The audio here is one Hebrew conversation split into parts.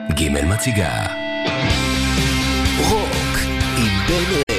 ג' מציגה רוק עם בן רד.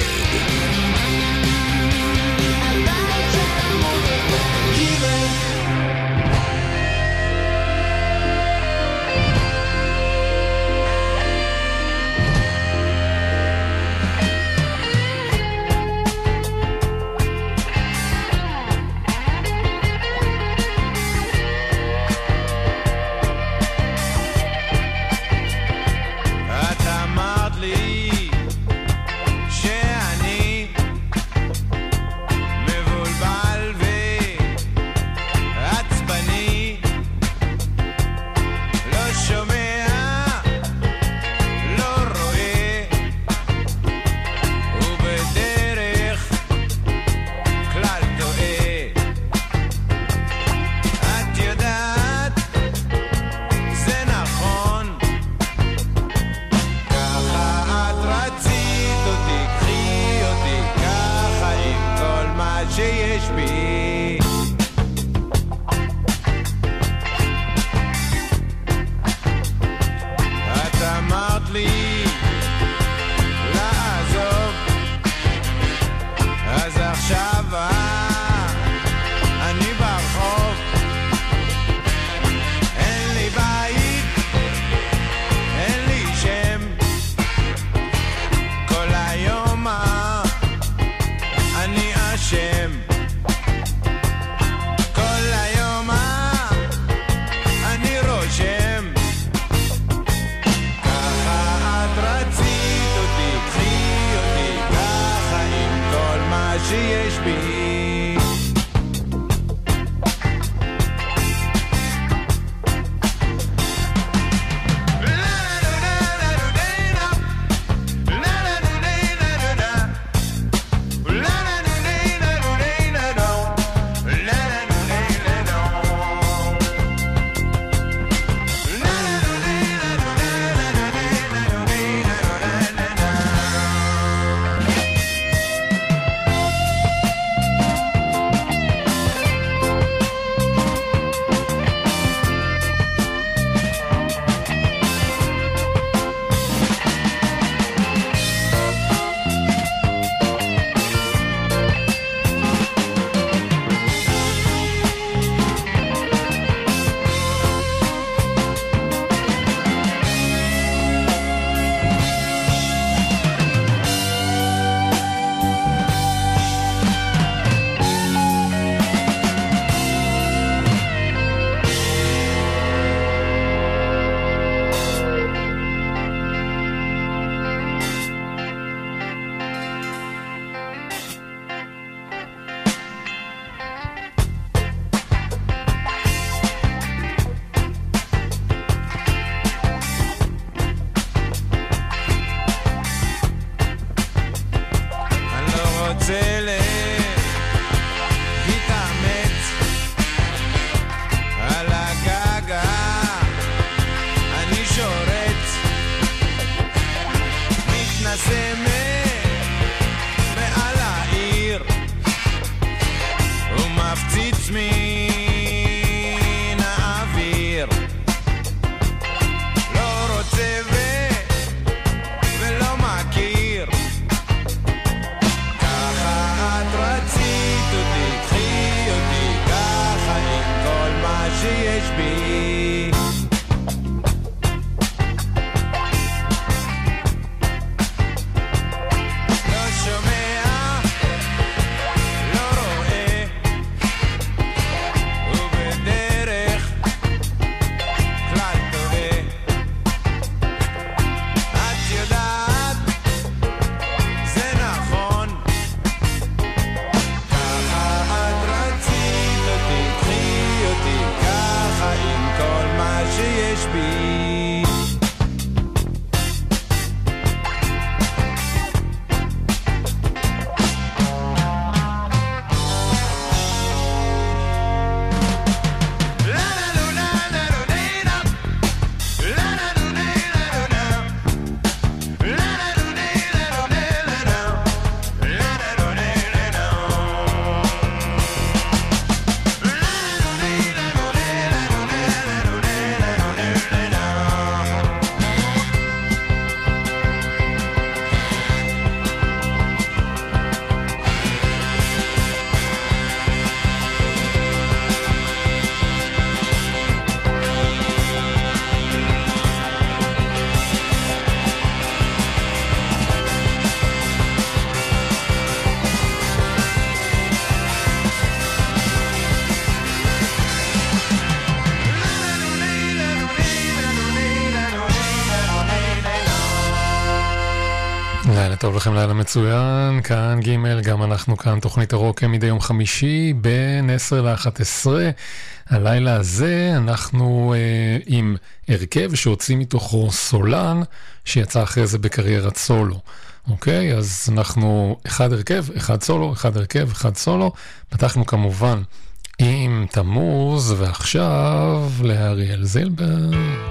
לילה טוב לכם, לילה מצוין, כאן ג' גם אנחנו כאן תוכנית הרוק מדי יום חמישי בין 10 ל-11. הלילה הזה אנחנו עם הרכב שהוציא מתוכו סולן שיצא אחרי זה בקריירת סולו. אוקיי, אז אנחנו אחד הרכב, אחד סולו, אחד הרכב, אחד סולו. פתחנו כמובן עם תמוז, ועכשיו לאריאל זילבר.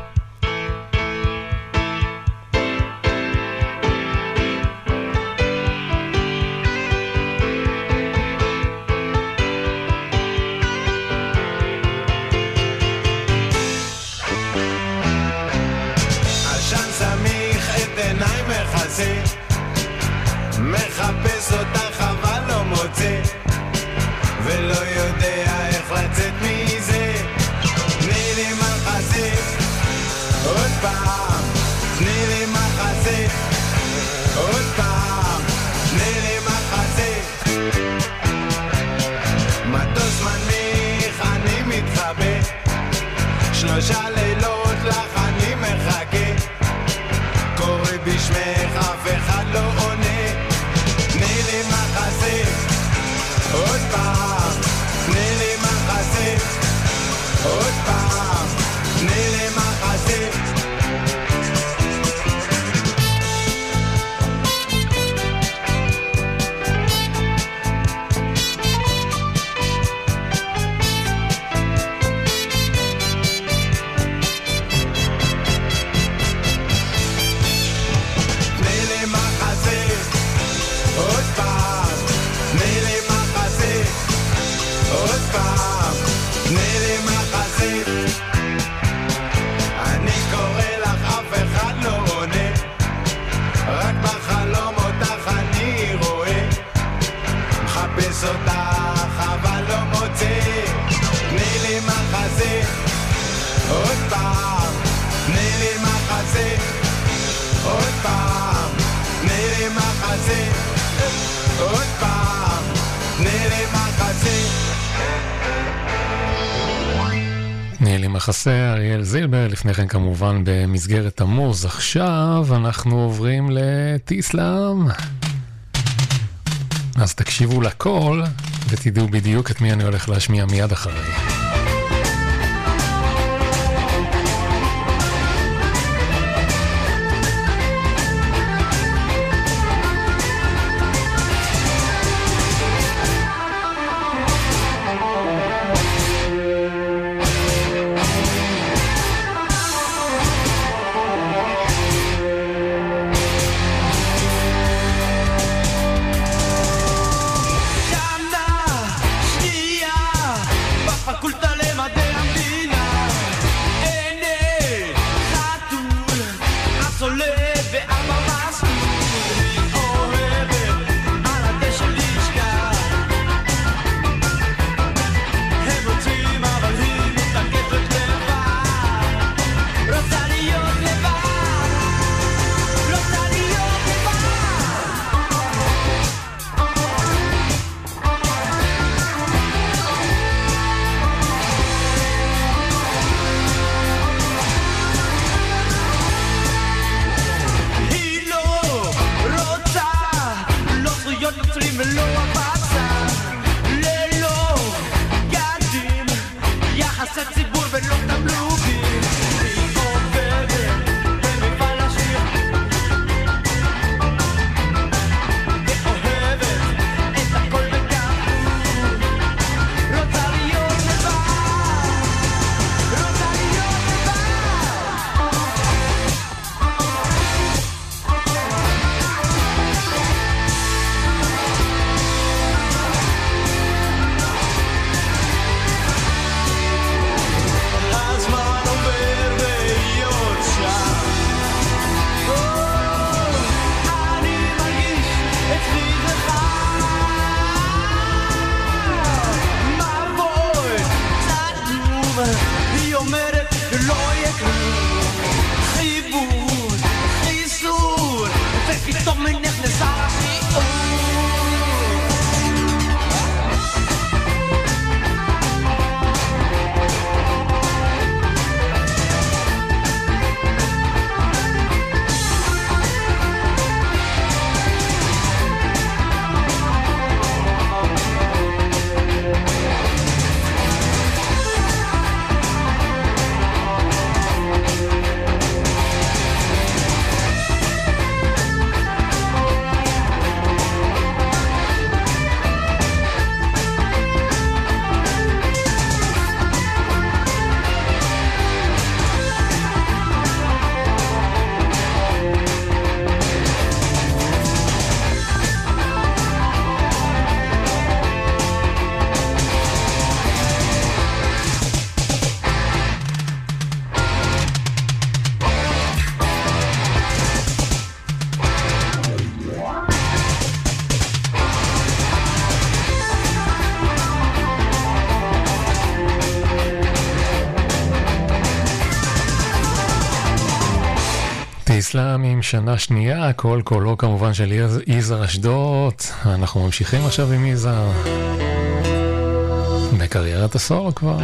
מחפש אותך אבל לא מוצא ולא יודע איך לצאת מזה. תני לי מחזה עוד פעם, תני לי מחזה עוד פעם, תני לי מחזה. מטוס מנמיך אני מתחבא, 3 לילות לך אני מחכה, קורא בשמך אף אחד לא עונה. תני לי מחזה עוד פעם, תני לי מחזה עוד פעם, תני לי מחזה. אותך אבל לא מוצא. תני לי מחזה עוד פעם, תני לי מחזה עוד פעם, תני לי מחזה עוד פעם, תני לי מחזה. תני לי מחזה, אריאל זילבר. לפני כן כמובן במסגרת תמוז. עכשיו אנחנו עוברים לתיסלאם, אז תקשיבו לכל ותדעו בדיוק את מי אני הולך להשמיע מיד אחרי. Facultad תיסלם עם שנה שנייה, כל קולו כמובן של יזהר אשדוד. אנחנו ממשיכים עכשיו עם יזהר בקריירת הסולו כבר.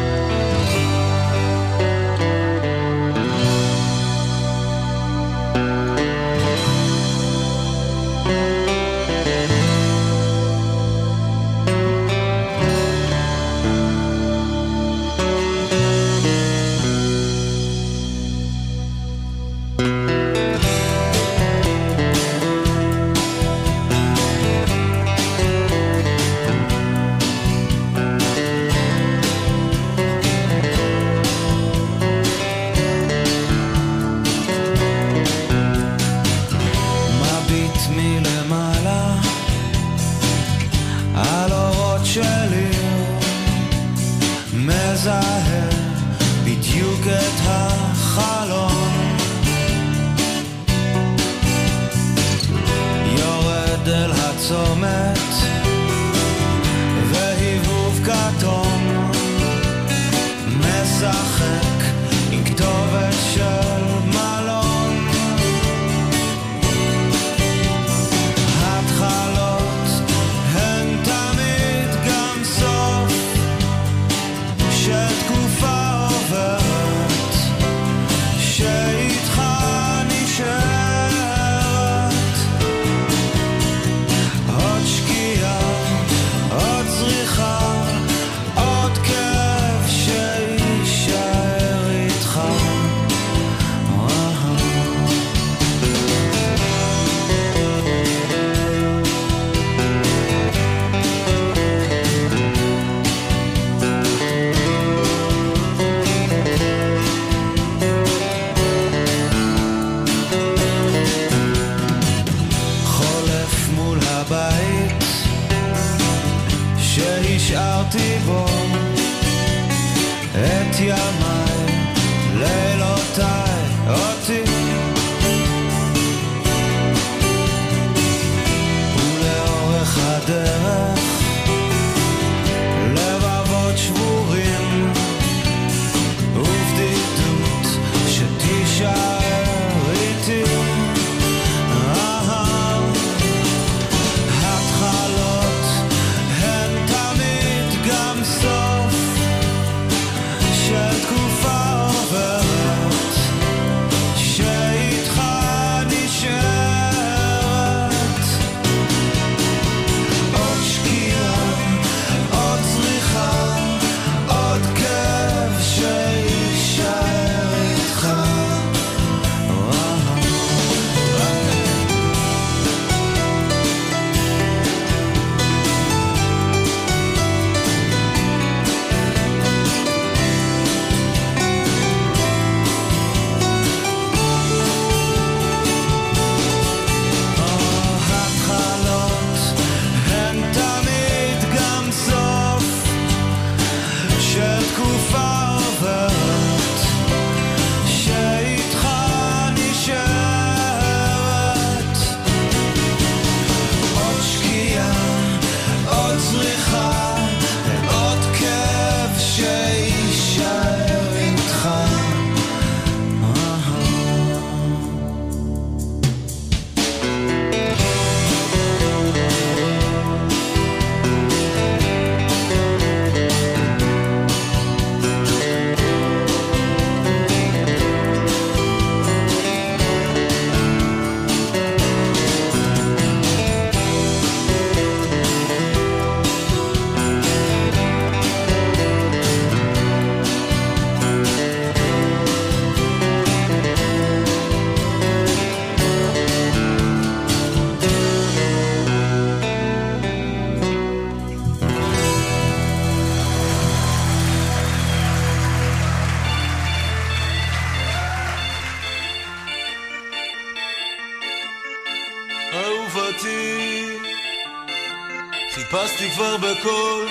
חיפשתי כבר בכל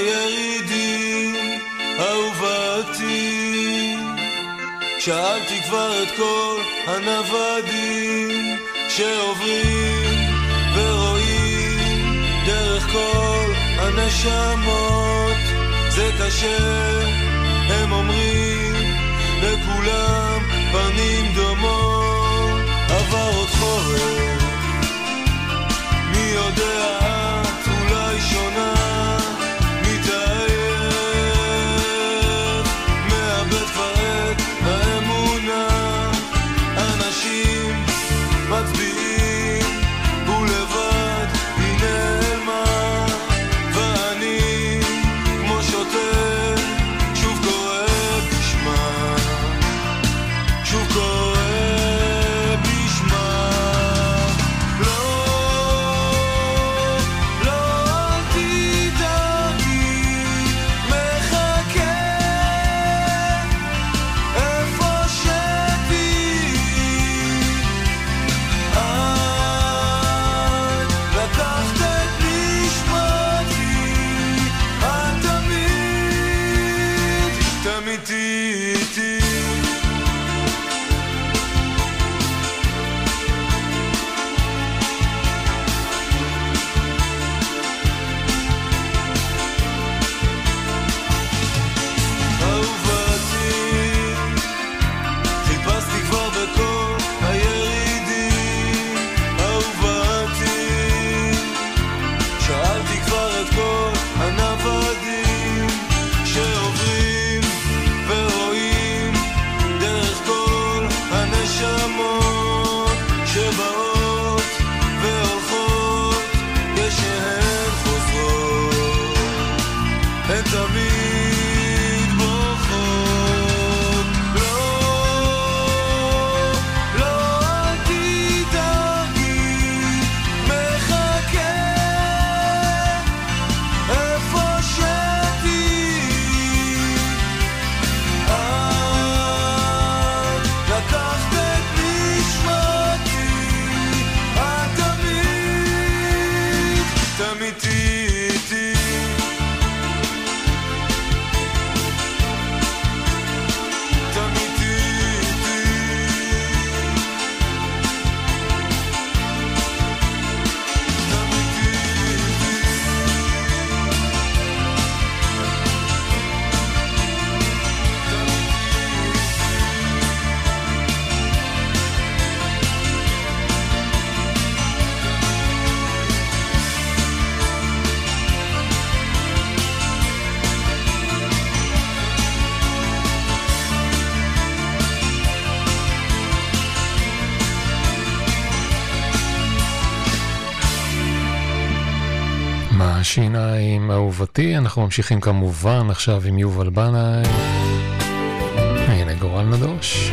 הירידים, אהובתי. שאלתי כבר את כל הנוודים שעוברים ורואים דרך כל הנשמות. זה קשה, הם אומרים, לכולם פנים דומות. השיניים אהובתי. אנחנו ממשיכים כמובן עכשיו עם יובל בנאי. הנה גורל נדוש.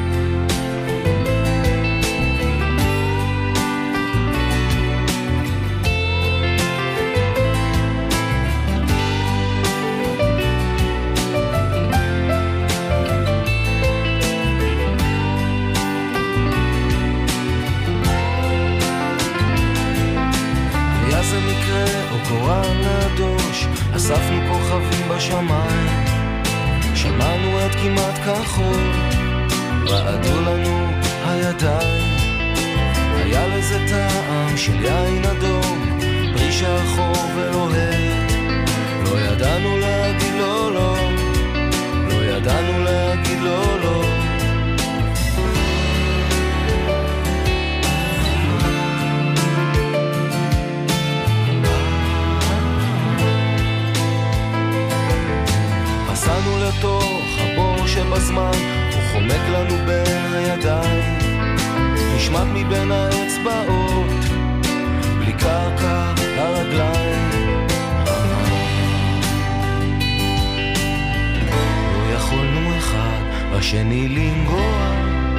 אספנו כוכבים בשמיים, שמענו את כמעט כחול, רעדו לנו הידיים, היה לזה טעם של יין אדום, פרי שחור ולוהט, לא ידענו להגיד לא לא, לא ידענו להגיד לא לא. נסענו לתוך הבור שבזמן, הוא חומק לנו בין הידיים, נשמט מבין האצבעות, בלי קרקע לרגליים. לא יכולנו אחד בשני לנגוע,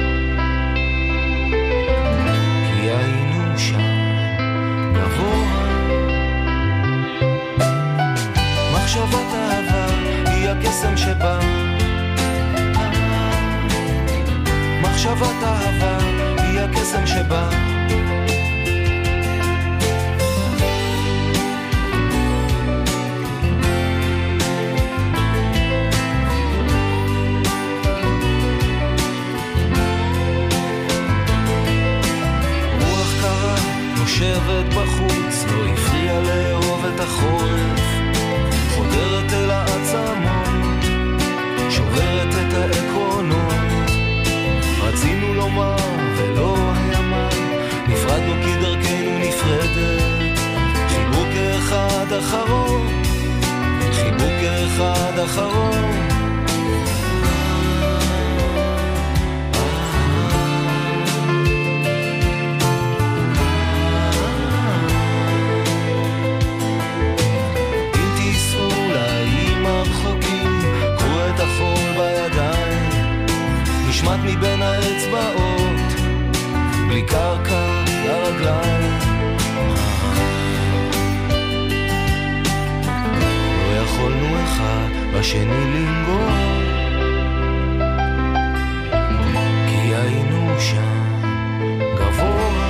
כי היינו שם גבוה. מחשבת אהבה הקסם שבא, מחשבת אהבה היא הקסם שבא. רוח קרה נושבת בחוץ, לא הפריע לאהוב את החורף, חודרת אל העצמות, שוברת את העקרונות. רצינו לומר ולא היה מה, נפרדנו כי דרכנו נפרדת, חיבוק אחד אחרון, חיבוק אחד אחרון. נשמט מבין האצבעות, בלי קרקע לרגליים. לא יכולנו אחד בשני לנגוע, כי היינו שם גבוה.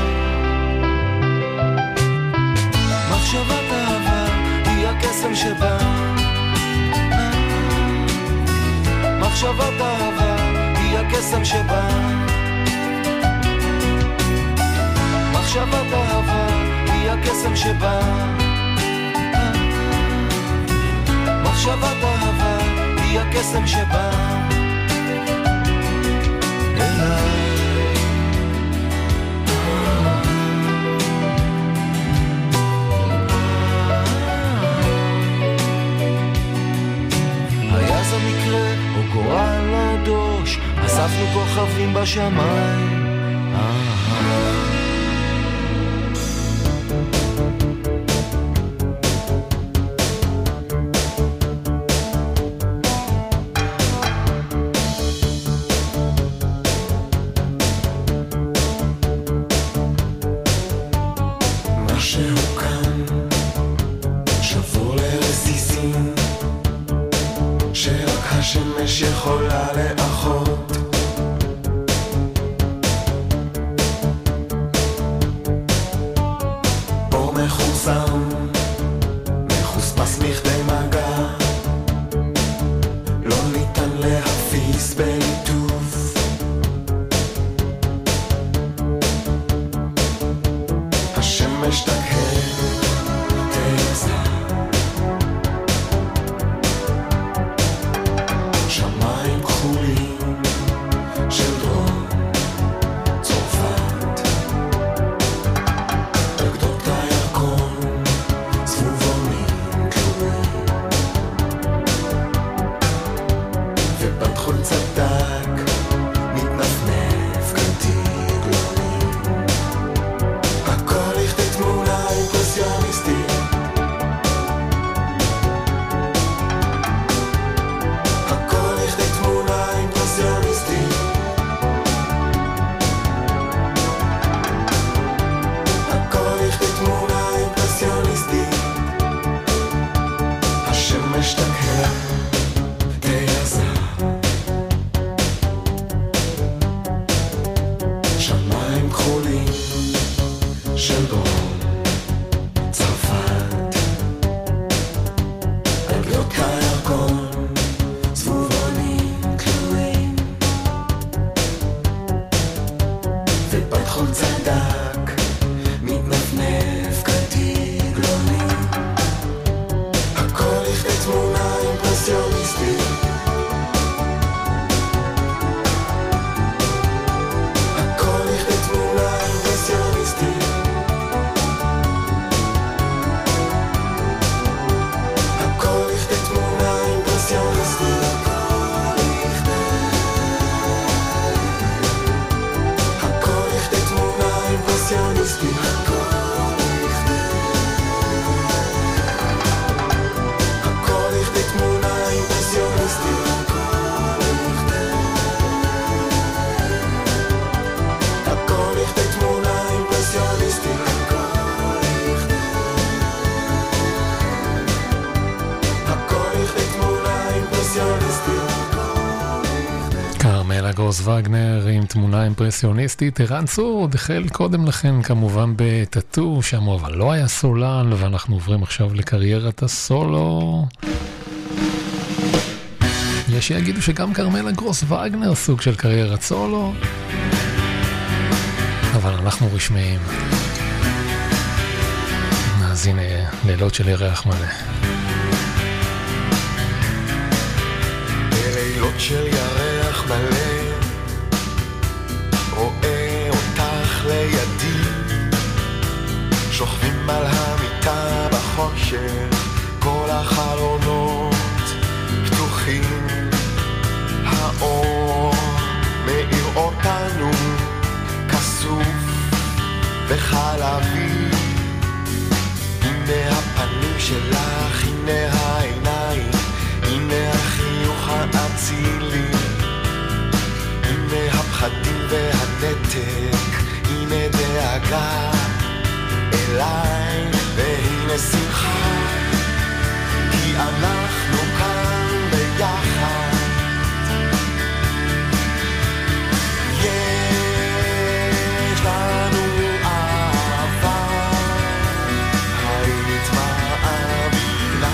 מחשבת אהבה היא הקסם שבא, מחשבת אהבה הקסם שבא, מחשבת אהבה היא הקסם שבא, מחשבת אהבה היא הקסם שבא אליי. היה זה מקרה או גורל נדוש, אספנו כוכבים בשמיים. משהו כאן שבור לרסיסים, שרק השמש יכולה לאחות. אור מחוסם, מחוספס מכדי מגע, לא ניתן להפיס בליטוף. השמש תקהה, תעזה, שמיים כחולים של דרום צרפת, על גדות הירקון צבובונים תלויים, ובדחול צדק מתנפנף גלתי גלולים, הכל לכדי תמונה כחולים של דרום צרפת. על גדות הירקון זבובונים תלויים, ופתחון צדק מתנפנף כתגלונים. הכל יכדי תמונה אימפרסיוניסטית, הכל יכדי תמונה אימפרסיוניסטית, הכל יכדי תמונה אימפרסיוניסטית, הכל יכדי תמונה אימפרסיוניסטית, הכל יכדי תמונה אימפרסיוניסטית, הכל יכדי תמונה אימפרסיוניסטית, הכל יכדי תמונה אימפרסיוניסטית. כרמלה גרוס וגנר עם תמונה אימפרסיוניסטית. ערן צור החל קודם לכן כמובן בטאטו, שם הוא אבל לא היה סולן, ואנחנו עוברים עכשיו לקריירת הסולו. יש שיגידו שגם כרמלה גרוס וגנר סוג של קריירת סולו, אבל אנחנו רשמיים. אז הנה לילות של ירח מלא. בלילות של ירח מלא רואה אותך לידי, שוכבים על המיטה בחושך, כל החלונות פתוחים, האור מאיר אותנו כסוף וחלבי. הנה הפנים שלך, הנה העיניים, הנה החיוך האצילי, הנה הפחדים והנתק, הנה דאגה אליי, והנה שמחה, כי אנחנו כאן ביחד. יש לנו אהבה, היית מאמינה,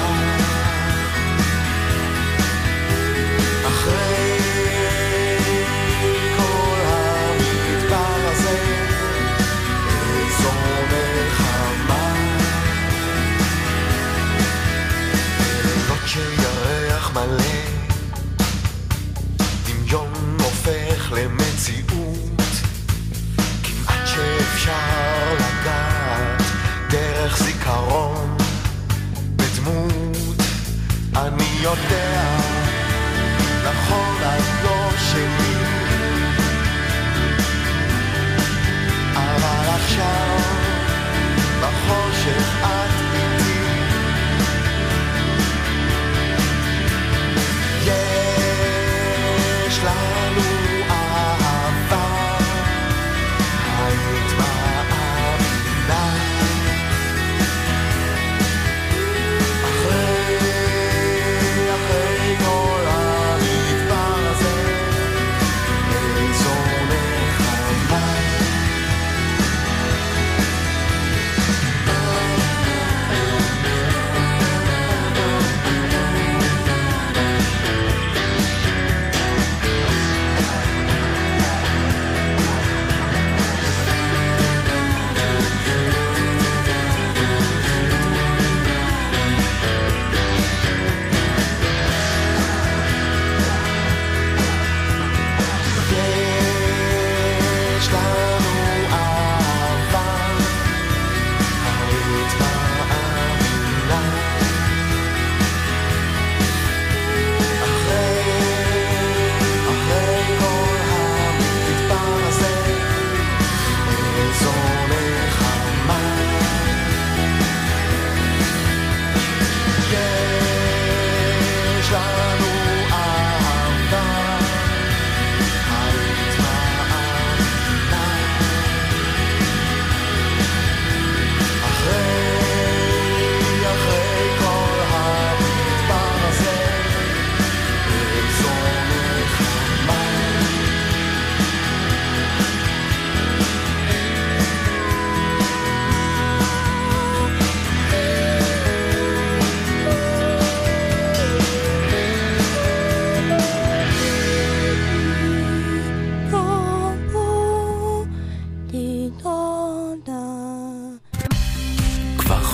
אחרי כל המדבר הזה, איזו מלחמה. בלילות של ירח מלא, דמיון הופך למציאות, כמעט שאפשר לגעת דרך זיכרון בדמות. אני יודע, נכון את לא שלי, אבל עכשיו בחושך את איתי. יש לנו אהבה, היית מאמינה, אחרי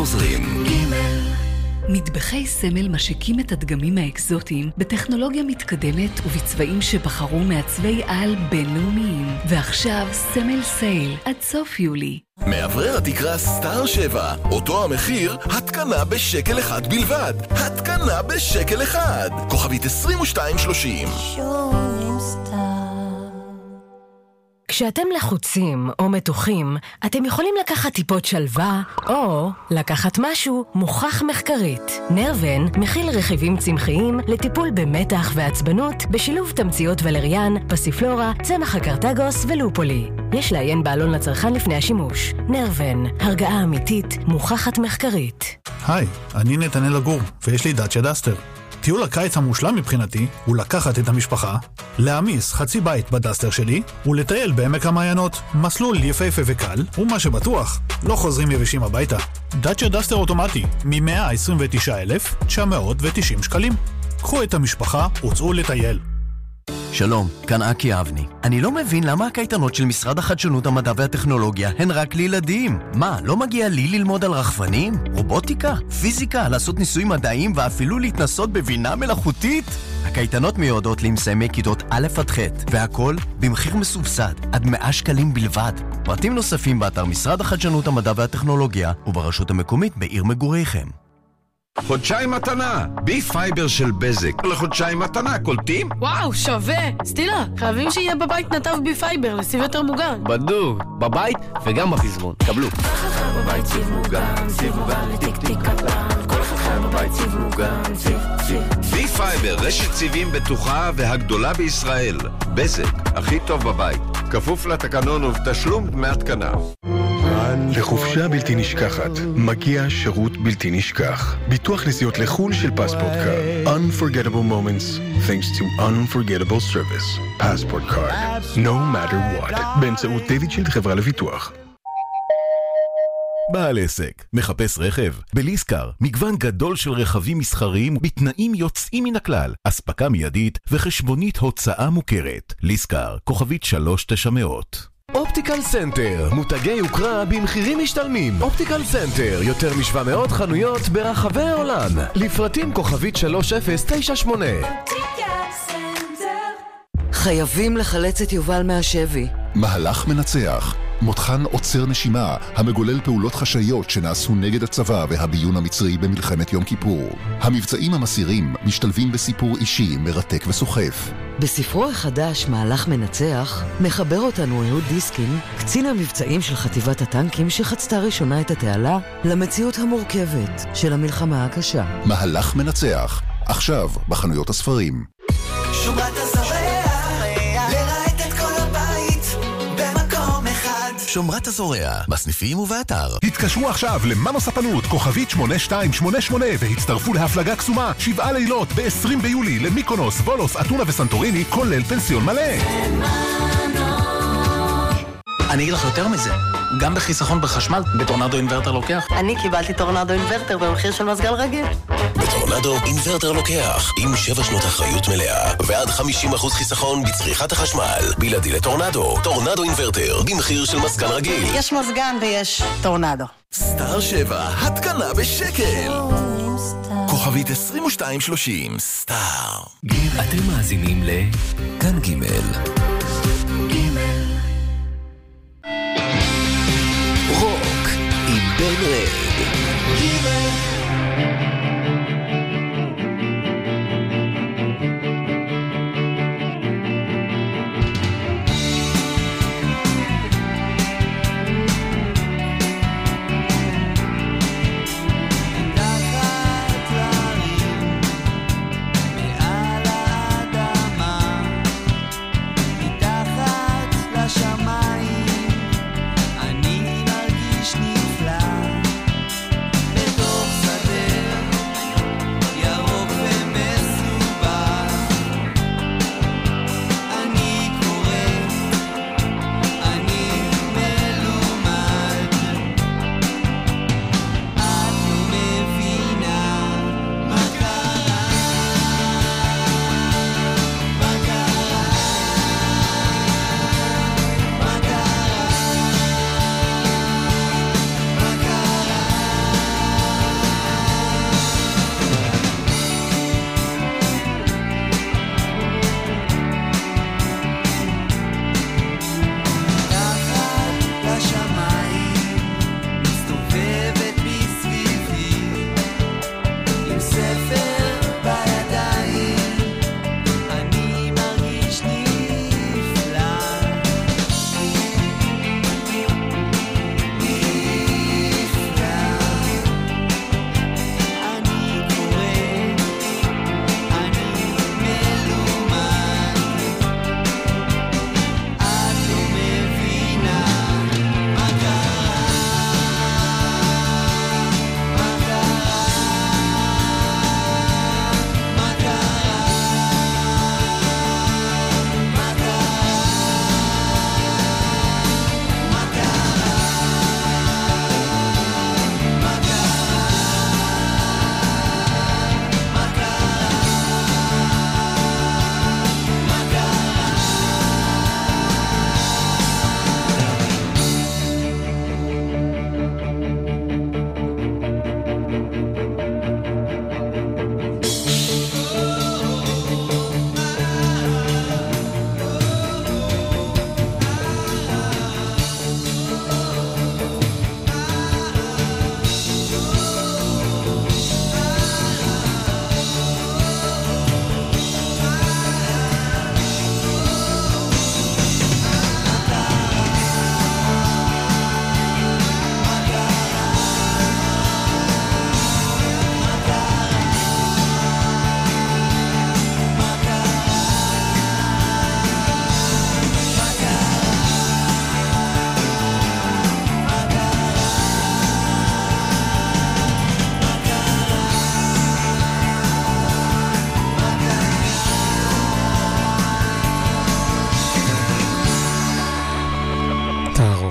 חוזרים. מטבחי סמל משיקים את הדגמים האקזוטיים בטכנולוגיה מתקדמת ובצבעים שבחרו מעצבי על בינלאומיים. ועכשיו סמל סייל עד סוף יולי. מעברר התקרה סטאר 7, אותו המחיר, התקנה בשקל אחד בלבד. התקנה בשקל אחד. כוכבית 2230. כשאתם לחוצים או מתוחים, אתם יכולים לקחת טיפות שלווה, או לקחת משהו מוכח מחקרית. נרוון מכיל רכיבים צמחיים לטיפול במתח ועצבנות, בשילוב תמציות ולריאן, פסיפלורה, צמח הקרטגוס ולופולי. יש לעיין בעלון לצרכן לפני השימוש. נרוון, הרגעה אמיתית, מוכחת מחקרית. היי, אני נתנאל לגור, ויש לי דאצ'ה דסטר. טיול הקיץ המושלם מבחינתי הוא לקחת את המשפחה, להעמיס חצי בית בדסטר שלי ולטייל בעמק המעיינות. מסלול יפהפה וקל, ומה שבטוח, לא חוזרים יבשים הביתה. דאצ'ה דסטר אוטומטי, מ-129,990 שקלים. קחו את המשפחה וצאו לטייל. שלום, כאן אקי אבני. אני לא מבין למה הקייטנות של משרד החדשנות, המדע והטכנולוגיה הן רק לילדים. מה, לא מגיע לי ללמוד על רחפנים? רובוטיקה? פיזיקה? לעשות ניסויים מדעיים ואפילו להתנסות בבינה מלאכותית? הקייטנות מיועדות למסיימי כיתות א' עד ח', והכל במחיר מסובסד, עד 100 שקלים בלבד. פרטים נוספים באתר משרד החדשנות, המדע והטכנולוגיה וברשות המקומית בעיר מגוריכם. חודשיים מתנה, בי פייבר של בזק לחודשיים מתנה, קולטים? וואו, שווה. סטילה, חייבים שיהיה בבית נתב בי פייבר לסיב יותר מוגן. בדוק, בבית וגם בפזמון, קבלו. כל אחד בבית סיב מוגן, סיב מוגן לטיק טיק קטן. כל אחד בבית סיב מוגן, סיב. בי פייבר, רשת סיבים בטוחה והגדולה בישראל. בזק, הכי טוב בבית, כפוף לתקנון ובתשלום דמי התקנה. לחופשה בלתי נשכחת מגיע שירות בלתי נשכח. ביטוח נסיעות לחול של פספורט קארד. Unforgettable moments thanks to unforgettable service. Passport card. No matter what. באמצעות דיוויד שילד, חברה לביטוח. בעל עסק, מחפש רכב? בליסקר, מגוון גדול של רכבים מסחריים בתנאים יוצאים מן הכלל, אספקה מיידית וחשבונית הוצאה מוכרת. ליסקר, כוכבית 3900. אופטיקל סנטר, מותגי יוקרה במחירים משתלמים. אופטיקל סנטר, יותר מ-700 חנויות ברחבי העולם. לפרטים כוכבית 3098. חייבים לחלץ את יובל מהשבי. מהלך מנצח, מותחן עוצר נשימה, המגולל פעולות חשאיות שנעשו נגד הצבא והביון המצרי במלחמת יום כיפור. המבצעים המסירים משתלבים בסיפור אישי מרתק וסוחף. בספרו החדש, מהלך מנצח, מחבר אותנו אהוד דיסקין, קצין המבצעים של חטיבת הטנקים שחצתה ראשונה את התעלה, למציאות המורכבת של המלחמה הקשה. מהלך מנצח, עכשיו בחנויות הספרים. שורת הזורע, לראות את כל הבית במקום אחד. שומרת הזורע, בסניפים ובאתר. התקשרו עכשיו למנו ספנות, כוכבית 8288 והצטרפו להפלגה קסומה, 7 לילות ב-20 ביולי למיקונוס, וולוס, אתונה וסנטוריני, כולל פנסיון מלא. אני אגיד לך יותר מזה, גם בחיסכון בחשמל, בטורנדו אינוורטר לוקח. אני קיבלתי טורנדו אינוורטר במחיר של מזגן רגיל. בטורנדו אינוורטר לוקח, עם 7 שנות אחריות מלאה, ועד 50% חיסכון בצריכת החשמל. בלעדי לטורנדו, טורנדו אינוורטר, במחיר של מזגן רגיל. יש מזגן ויש טורנדו. סטאר 7, התקנה בשקל. כוכבית 2230, סטאר. אתם מאזינים לכאן ג' רוק עם בן רד. בתוך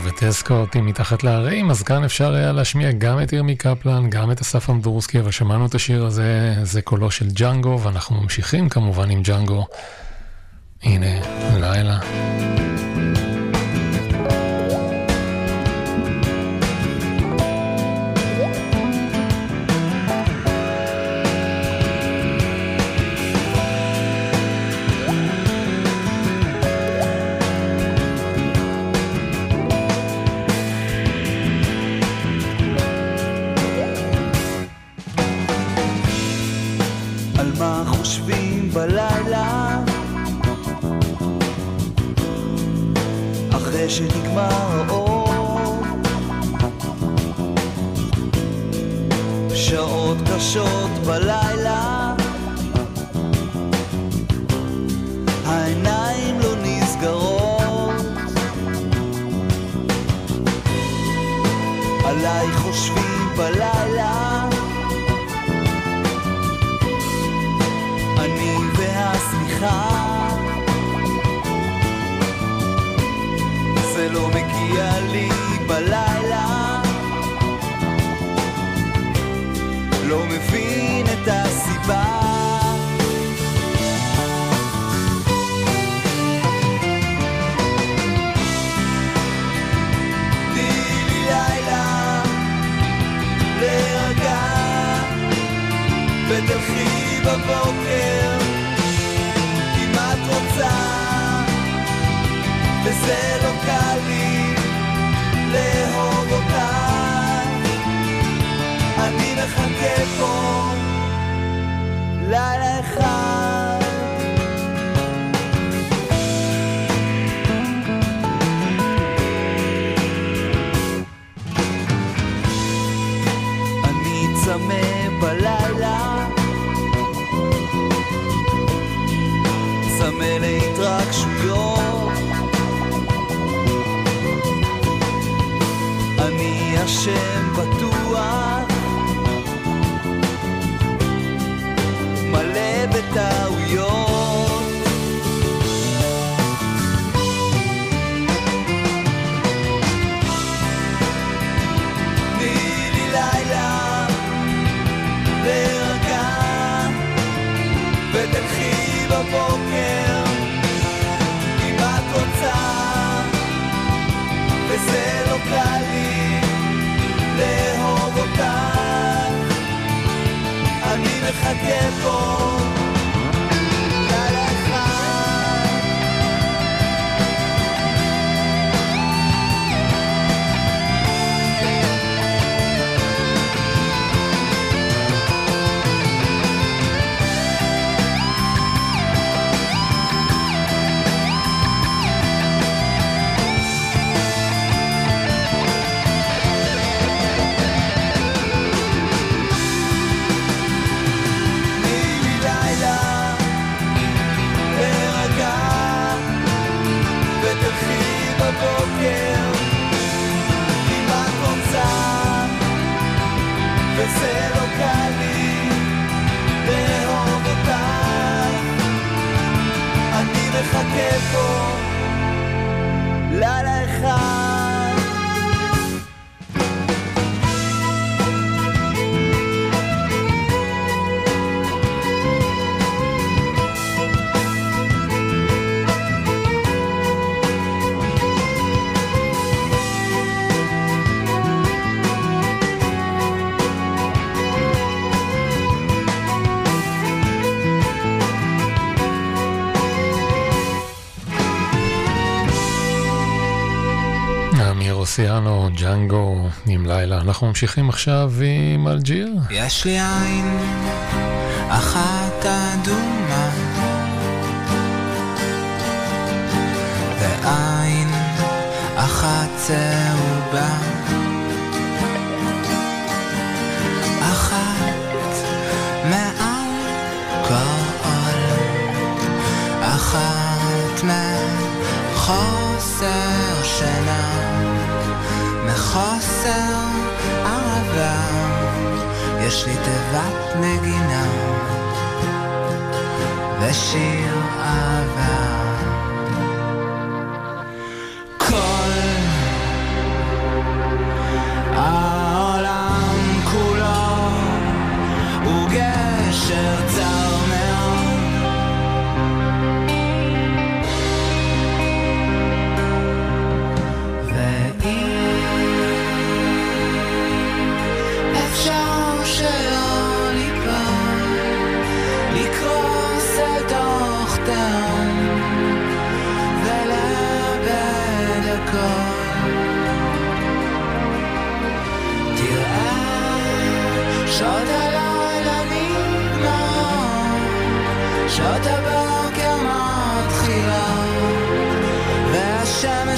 וטסקו אותי מתחת להרים, אז כאן אפשר היה להשמיע גם את ירמי קפלן, גם את אסף אמדורסקי, אבל שמענו את השיר הזה, זה קולו של ג'אנגו, ואנחנו ממשיכים כמובן עם ג'אנגו. הנה, לילה. שנגמר האור, שעות קשות בלילה, העיניים לא נסגרות, עליי חושבים בלילה, אני והסליחה, זה לא מגיע לי בלילה, לא מבין את הסיבה, תני לי לילה להירגע, ותלכי בבוקר אם את רוצה, וזה לא קל לי לאהוב אותך, אני מחכה פה לילה אחד, אני צמא בלילה, צמא להתרגשויות, אני השם בטוח, מלא בטעויות, תני לי לילה להירגע, ותלכי בבוקר אם את רוצה, וזה לא קל לי לאהוב אותך, אני מחכה פה לילה אחד, בבוקר אם את רוצה, וזה לא קל לי לאהוב אותך, אני מחכה פה לילה אחד, רוסיאנו, ג'אנגו עם לילה. אנחנו ממשיכים עכשיו עם אלג'יר. יש לי עין אחת אדומה ועין אחת צהובה, אחת מעל כל, אחת מחוסר שינה, מחוסר אהבה, יש לי תיבת נגינה ושיר אהבה. כל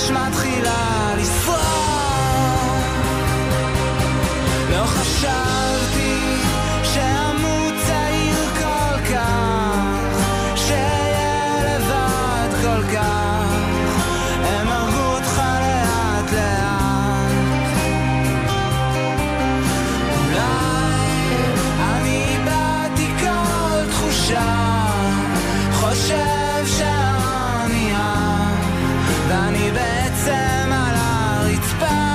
השמש מתחילה לספור. לא חשבתי שאמות צעיר כל כך, שאהיה לבד כל כך, הם הרגו אותך לאט לאט. אולי אני איבדתי כל תחושה, חושב שאני ואני בעצם על הרצפה.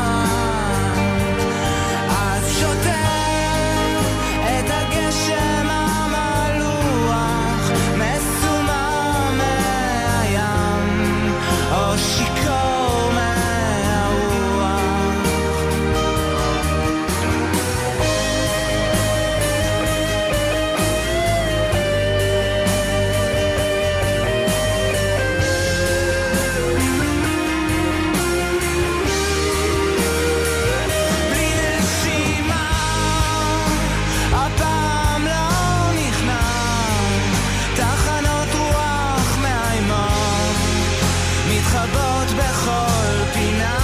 אז שוטר את הגשם המלוח, מסומם מהים או שיקור מהרוח. מתחבאות בכל פינה.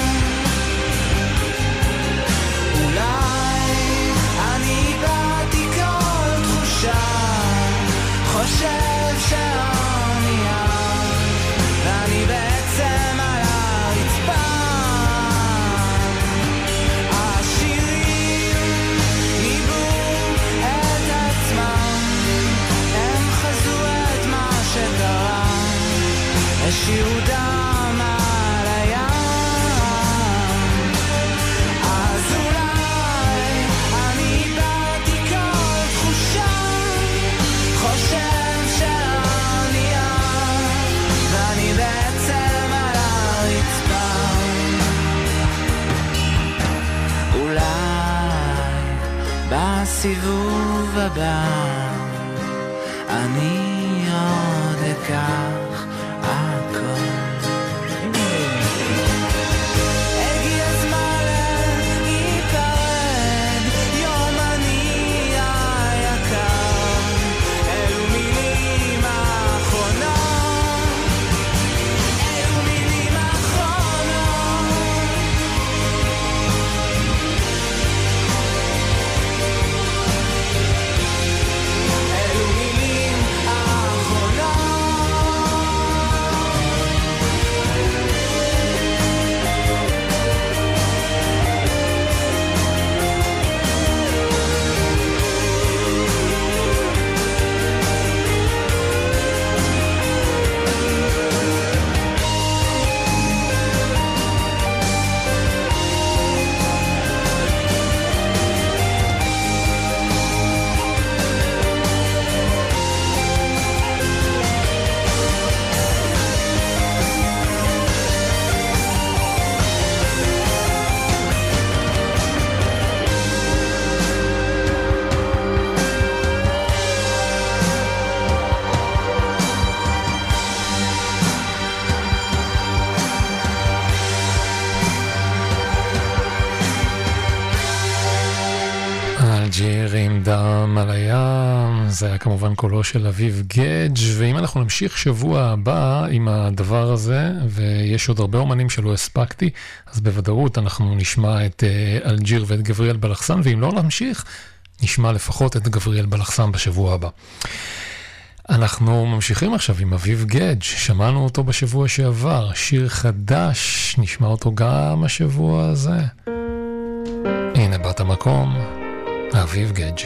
אולי אני איבדתי כל תחושה, חושב שאני ואני בעצם על הרצפה. השירים ניבאו את עצמם, הם חזו את מה שקרה, השאירו דם על הים. אז אולי אני איבדתי כל תחושה, חושב שאני ואני בעצם על הרצפה. אולי בסיבוב הבא אני עוד אקח הכל. הגיע הזמן להיפרד, יומני היקר, אלו מילים אחרונות, אלו מילים אחרונות. אלו מילים אחרונות. אלג'יר עם דם על הים, זה היה כמובן קולו של אביב גדג'. ואם אנחנו נמשיך שבוע הבא עם הדבר הזה, ויש עוד הרבה אומנים שלא הספקתי, אז בוודאות אנחנו נשמע את אלג'יר ואת גבריאל בלחסן, ואם לא נמשיך, נשמע לפחות את גבריאל בלחסן בשבוע הבא. אנחנו ממשיכים עכשיו עם אביב גדג', שמענו אותו בשבוע שעבר, שיר חדש, נשמע אותו גם השבוע הזה. הנה בת המקום, אביב גדג'.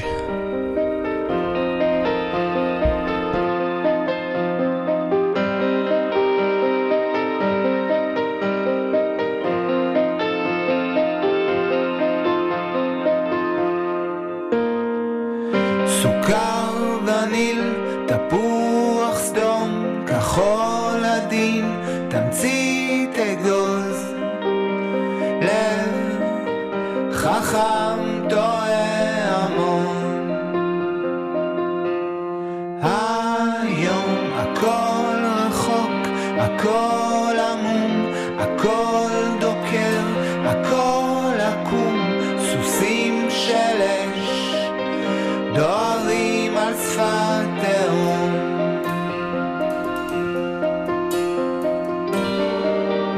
סוכר וניל, תפוח סדום, כחול עדין, תמצית אגוז, לב חכם טועה המון. היום הכל רחוק, הכל עמום, הכל דוקר, הכל עקום, סוסים של אש דוהרים על שפת תהום.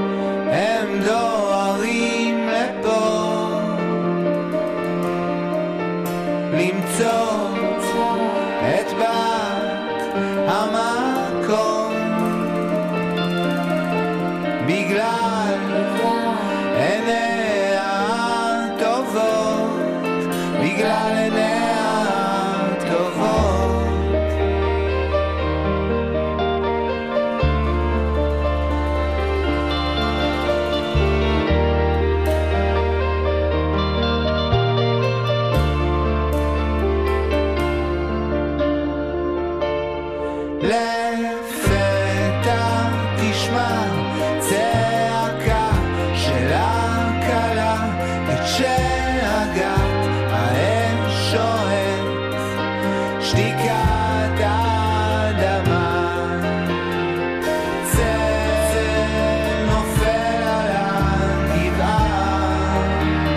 שהגעת האש שואט שתיקת האדמה צל נופל על הגבעה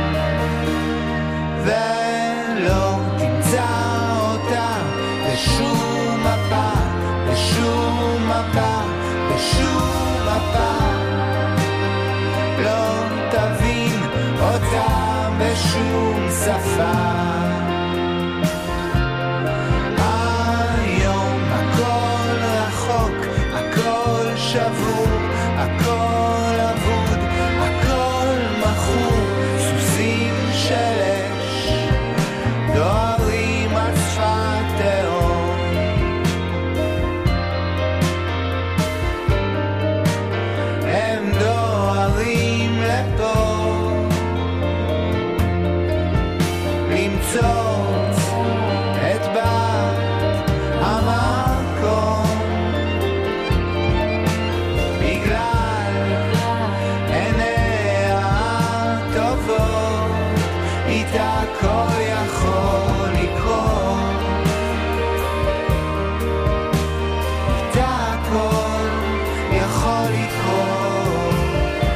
ולא תמצא אותה בשום מפה בשום מפה בשום מפה לא תבין אותה בשום שפה היום הכל רחוק הכל שבור הכל אבוד הכל מכור סוסים של אש דוהרים על שפת תהום הם דוהרים לפה למצוא את בת המקום בגלל עיניה הטובות איתה הכל יכול לקרות איתה הכל יכול לקרות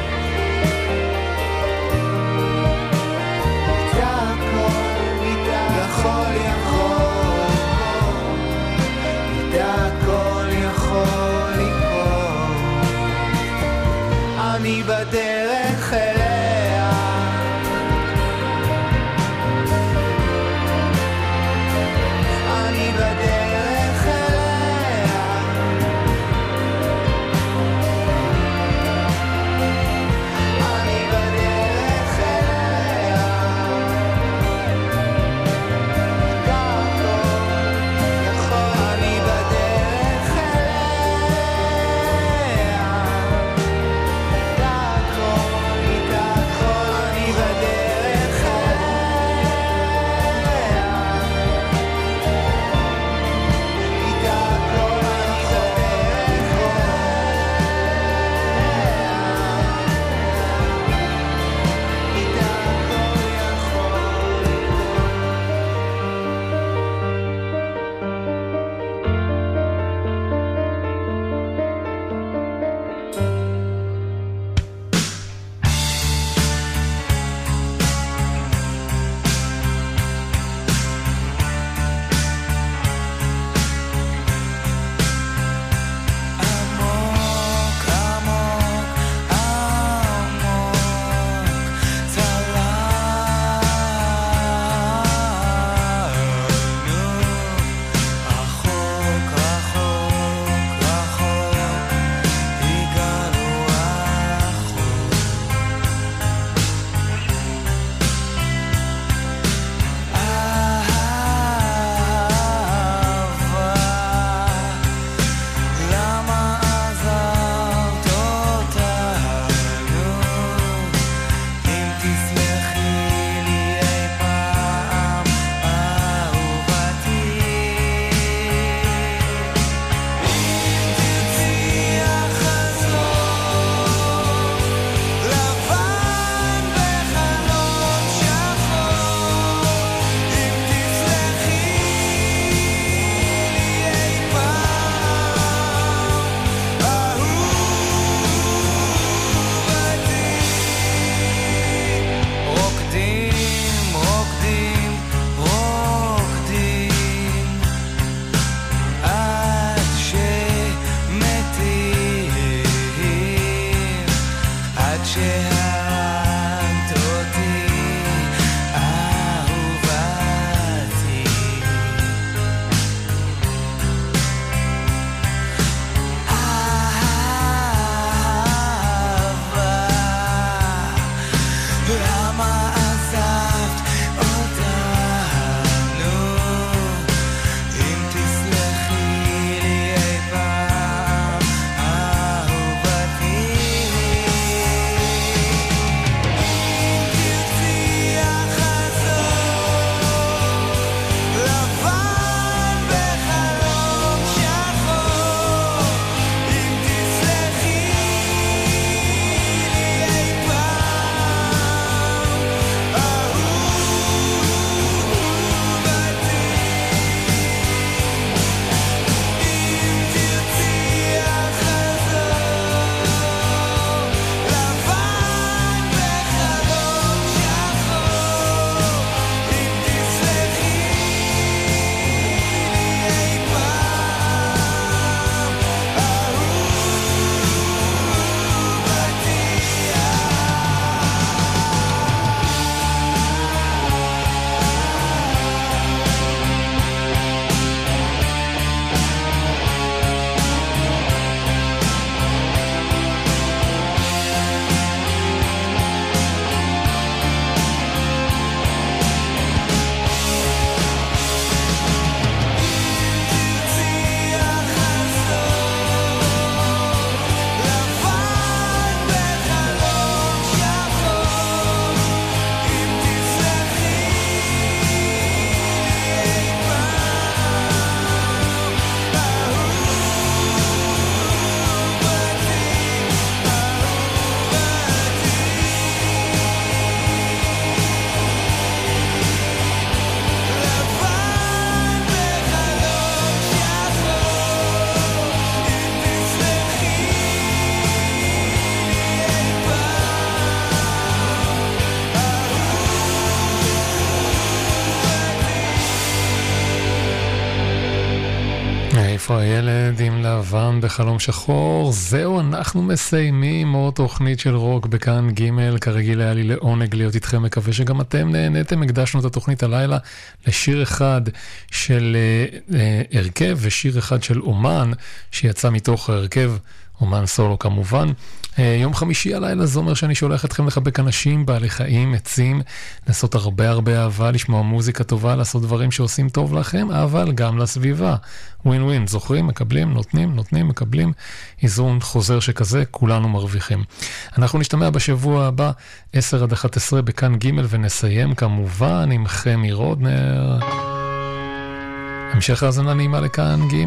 איתה הכל איתה עופרה ילד עם לבן בחלום שחור. זהו, אנחנו מסיימים עוד תוכנית של רוק בכאן ג'. כרגיל היה לי לעונג להיות איתכם, מקווה שגם אתם נהנתם. הקדשנו את התוכנית הלילה לשיר אחד של הרכב ושיר אחד של אומן שיצא מתוך הרכב, אומן סולו כמובן. יום חמישי הלילה זה אומר שאני שולח אתכם לחבק אנשים, בעלי חיים, עצים, לעשות הרבה אהבה, לשמוע מוזיקה טובה, לעשות דברים שעושים טוב לכם, אבל גם לסביבה. ווין ווין, זוכרים? מקבלים, נותנים, מקבלים. איזון חוזר שכזה, כולנו מרוויחים. אנחנו נשתמע בשבוע הבא, 10-11 בכאן ג' ונסיים כמובן עם חמי רודנר. המשך האזנה נעימה לכאן ג'.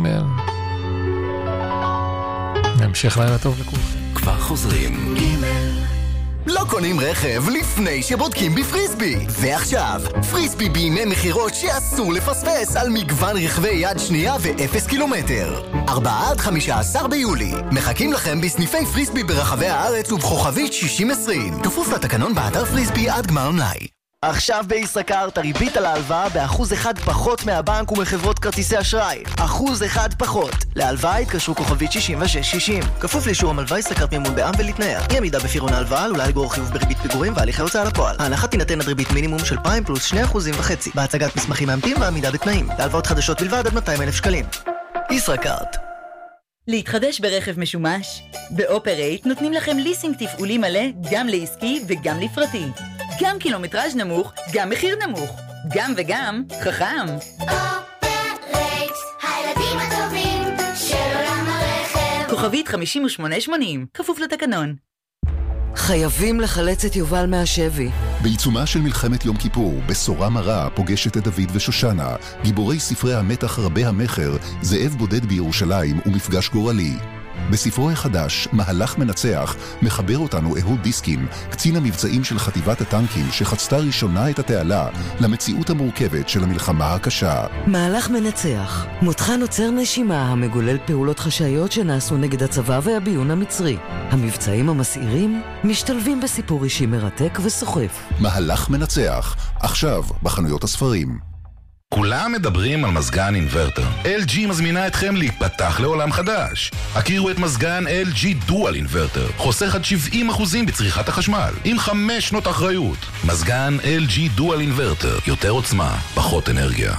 נמשך לילה טוב לכולכם. כבר חוזרים. לא קונים רכב לפני שבודקים בפריסבי. ועכשיו, פריסבי בימי מחירות שאסור לפספס על מגוון רכבי יד שנייה ו0 קילומטר. 4-15 ביולי. מחכים לכם בסניפי פריסבי ברחבי הארץ ובכוכבית 6020. כפוף לתקנון באתר פריסבי עד גמר המלאי. עכשיו בישראכרט הריבית על ההלוואה ב1% פחות מהבנק ומחברות כרטיסי אשראי. 1% פחות. להלוואה התקשרו כוכבית 6660. כפוף לאישור המלווה ישראכרט מימון בע"מ ולתנאיה. אי עמידה בפירעון ההלוואה עלולה לגרור חיוב בריבית פיגורים והליכי הוצאה לפועל. ההנחה תינתן עד ריבית מינימום של פריים פלוס 2.5% בהצגת מסמכים מאמתים ועמידה בתנאים. להלוואות חדשות בלבד עד 200,000 שקלים. ישראכרט. להתחדש ברכב משומש? באופרייט נותנים לכם ליסינג תפעולי מלא גם לעסקי וגם לפרטי. גם קילומטראז' נמוך, גם מחיר נמוך. גם וגם, חכם. אופרייט, הילדים הטובים של עולם הרכב. כוכבית 5880, כפוף לתקנון. חייבים לחלץ את יובל מהשבי. בעיצומה של מלחמת יום כיפור, בשורה מרה פוגשת את דוד ושושנה, גיבורי ספרי המתח רבי המחר, זאב בודד בירושלים ומפגש גורלי. בספרו החדש, מהלך מנצח, מחבר אותנו אהוד דיסקין, קצין המבצעים של חטיבת הטנקים שחצתה ראשונה את התעלה למציאות המורכבת של המלחמה הקשה. מהלך מנצח, מותחן עוצר נשימה המגולל פעולות חשאיות שנעשו נגד הצבא והביון המצרי. המבצעים המסעירים משתלבים בסיפור אישי מרתק וסוחף. מהלך מנצח, עכשיו בחנויות הספרים. כולם מדברים על מזגן אינברטר. LG מזמינה אתכם להיפתח לעולם חדש. הכירו את מזגן LG דואל אינברטר. חוסך עד 70% בצריכת החשמל, עם 5 שנות אחריות. מזגן LG דואל אינברטר. יותר עוצמה, פחות אנרגיה.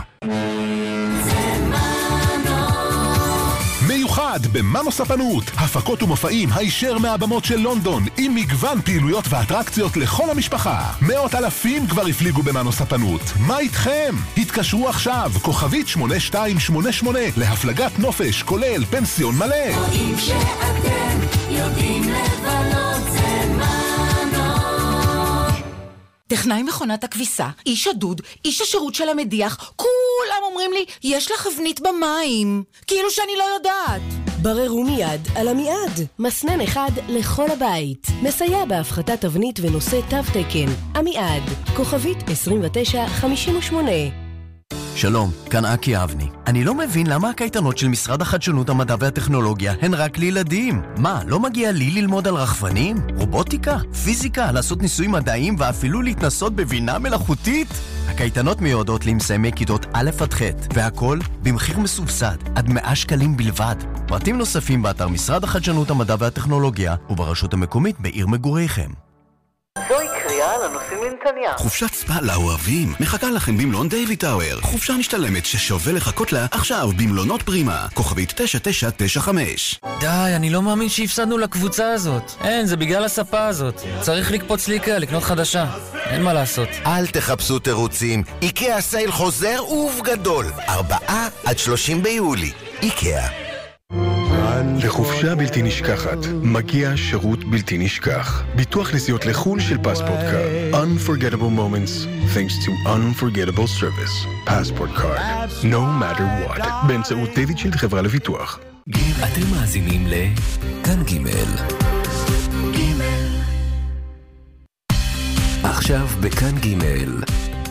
מיוחד במנו ספנות, הפקות ומופעים הישר מהבמות של לונדון, עם מגוון פעילויות ואטרקציות לכל המשפחה. 100,000 כבר הפליגו במנו ספנות. מה איתכם? התקשרו עכשיו, כוכבית 8288 להפלגת נופש, כולל פנסיון מלא. רואים שאתם יודעים לבלות זה מנו. טכנאי מכונת הכביסה, איש הדוד, איש השירות של המדיח, כולם אומרים לי, יש לך אבנית במים. כאילו שאני לא יודעת. בררו מיד על המיעד. מסנן אחד לכל הבית. מסייע בהפחתת אבנית ונושא תו תקן. המיעד, כוכבית 2958. שלום, כאן אקי אבני. אני לא מבין למה הקייטנות של משרד החדשנות, המדע והטכנולוגיה הן רק לילדים. מה, לא מגיע לי ללמוד על רחפנים? רובוטיקה? פיזיקה? לעשות ניסויים מדעיים ואפילו להתנסות בבינה מלאכותית? הקייטנות מיועדות למסיימי כיתות א' עד ח', והכל במחיר מסובסד, עד 100 שקלים בלבד. פרטים נוספים באתר משרד החדשנות, המדע והטכנולוגיה וברשות המקומית בעיר מגוריכם. זוהי קריאה לנוסעים לנתניה. חופשת ספה לאוהבים מחכה לכם במלון דיוויד טאוור. חופשה משתלמת ששווה לחכות לה עכשיו במלונות פרימה. כוכבית 9995. די, אני לא מאמין שהפסדנו לקבוצה הזאת. אין, זה בגלל הספה הזאת. צריך לקפוץ לאיקאה, לקנות חדשה. אין מה לעשות. אל תחפשו תירוצים. איקאה סייל חוזר ובגדול. 4-30 ביולי. איקאה. לחופשה בלתי נשכחת מגיע שירות בלתי נשכח. ביטוח נסיעות לחול של פספורט קארד. Unforgettable moments thanks to unforgettable service. פספורט קארד. No matter what. באמצעות דיוויד שילד, חברה לביטוח. אתם מאזינים לכאן ג'. עכשיו בכאן ג'.